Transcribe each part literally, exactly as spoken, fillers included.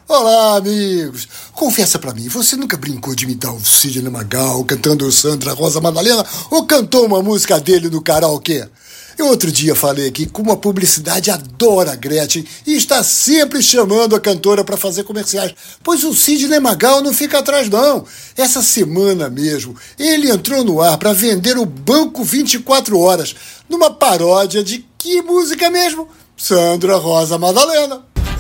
Olá, amigos! Confessa pra mim, você nunca brincou de imitar o Sidney Magal cantando Sandra Rosa Madalena ou cantou uma música dele no karaokê? Eu outro dia falei aqui que uma publicidade adora a Gretchen e está sempre chamando a cantora para fazer comerciais, pois o Sidney Magal não fica atrás não. Essa semana mesmo, ele entrou no ar para vender o Banco vinte e quatro horas, numa paródia de que música mesmo? Sandra Rosa Madalena.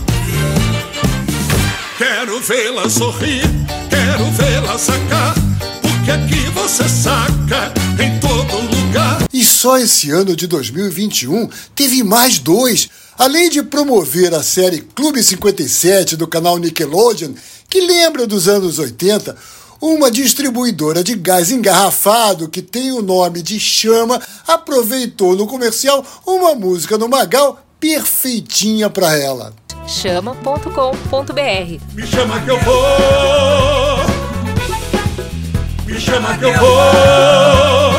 Quero vê-la sorrir, quero vê-la sacar, porque aqui você saca em todo lugar. E só esse ano de dois mil e vinte e um teve mais dois. Além de promover a série Clube cinquenta e sete do canal Nickelodeon, que lembra dos anos oitenta, uma distribuidora de gás engarrafado que tem o nome de Chama aproveitou no comercial uma música do Magal perfeitinha para ela. chama ponto com ponto b r. Me chama que eu vou, me chama que eu vou.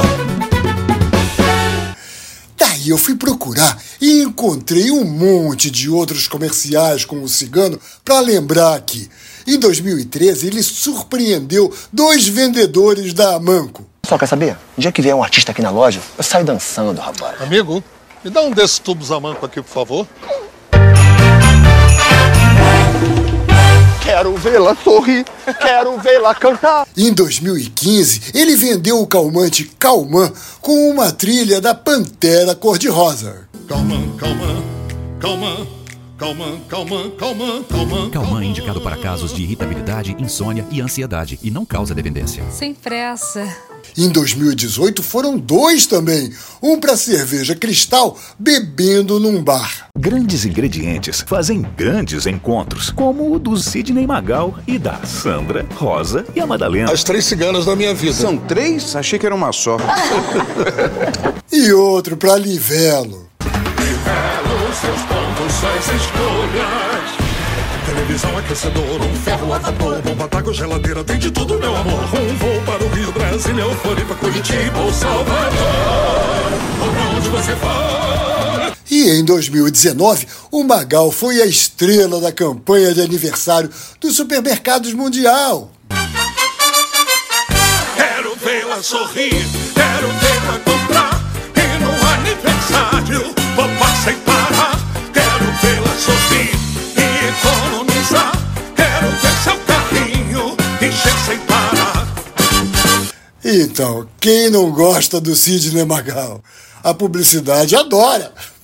Daí eu fui procurar e encontrei um monte de outros comerciais com o Cigano para lembrar aqui. Em dois mil e treze, ele surpreendeu dois vendedores da Amanco. Só quer saber? O dia que vier um artista aqui na loja, eu saio dançando, rapaz. Amigo, me dá um desses tubos Amanco aqui, por favor. Quero vê-la sorrir, quero vê-la cantar. Em dois mil e quinze, ele vendeu o calmante Calman com uma trilha da Pantera Cor-de-Rosa. Calman, calman, calman, calman, calman, calman, calman. Calman é indicado para casos de irritabilidade, insônia e ansiedade e não causa dependência. Sem pressa. Em dois mil e dezoito foram dois também, um para cerveja Cristal bebendo num bar. Grandes ingredientes fazem grandes encontros, como o do Sidney Magal e da Sandra, Rosa e a Madalena. As três ciganas da minha vida. São três? Achei que era uma só. E outro para Livelo. Livelo, seus conduções, escolhas. Televisão, aquecedor, um ferro a vapor, bomba d'água, geladeira, tem de tudo, meu amor. Um voo para o Rio, Brasília, ou Floripa, Curitiba ou Salvador, ou pra onde você for. E em dois mil e dezenove, o Magal foi a estrela da campanha de aniversário dos supermercados mundial. Quero vê-la sorrir, quero vê-la comprar, e no aniversário vou passar e parar. Quero vê-la sorrir e economizar, quero ver seu carrinho encher sem parar. Então, quem não gosta do Sidney Magal? A publicidade adora.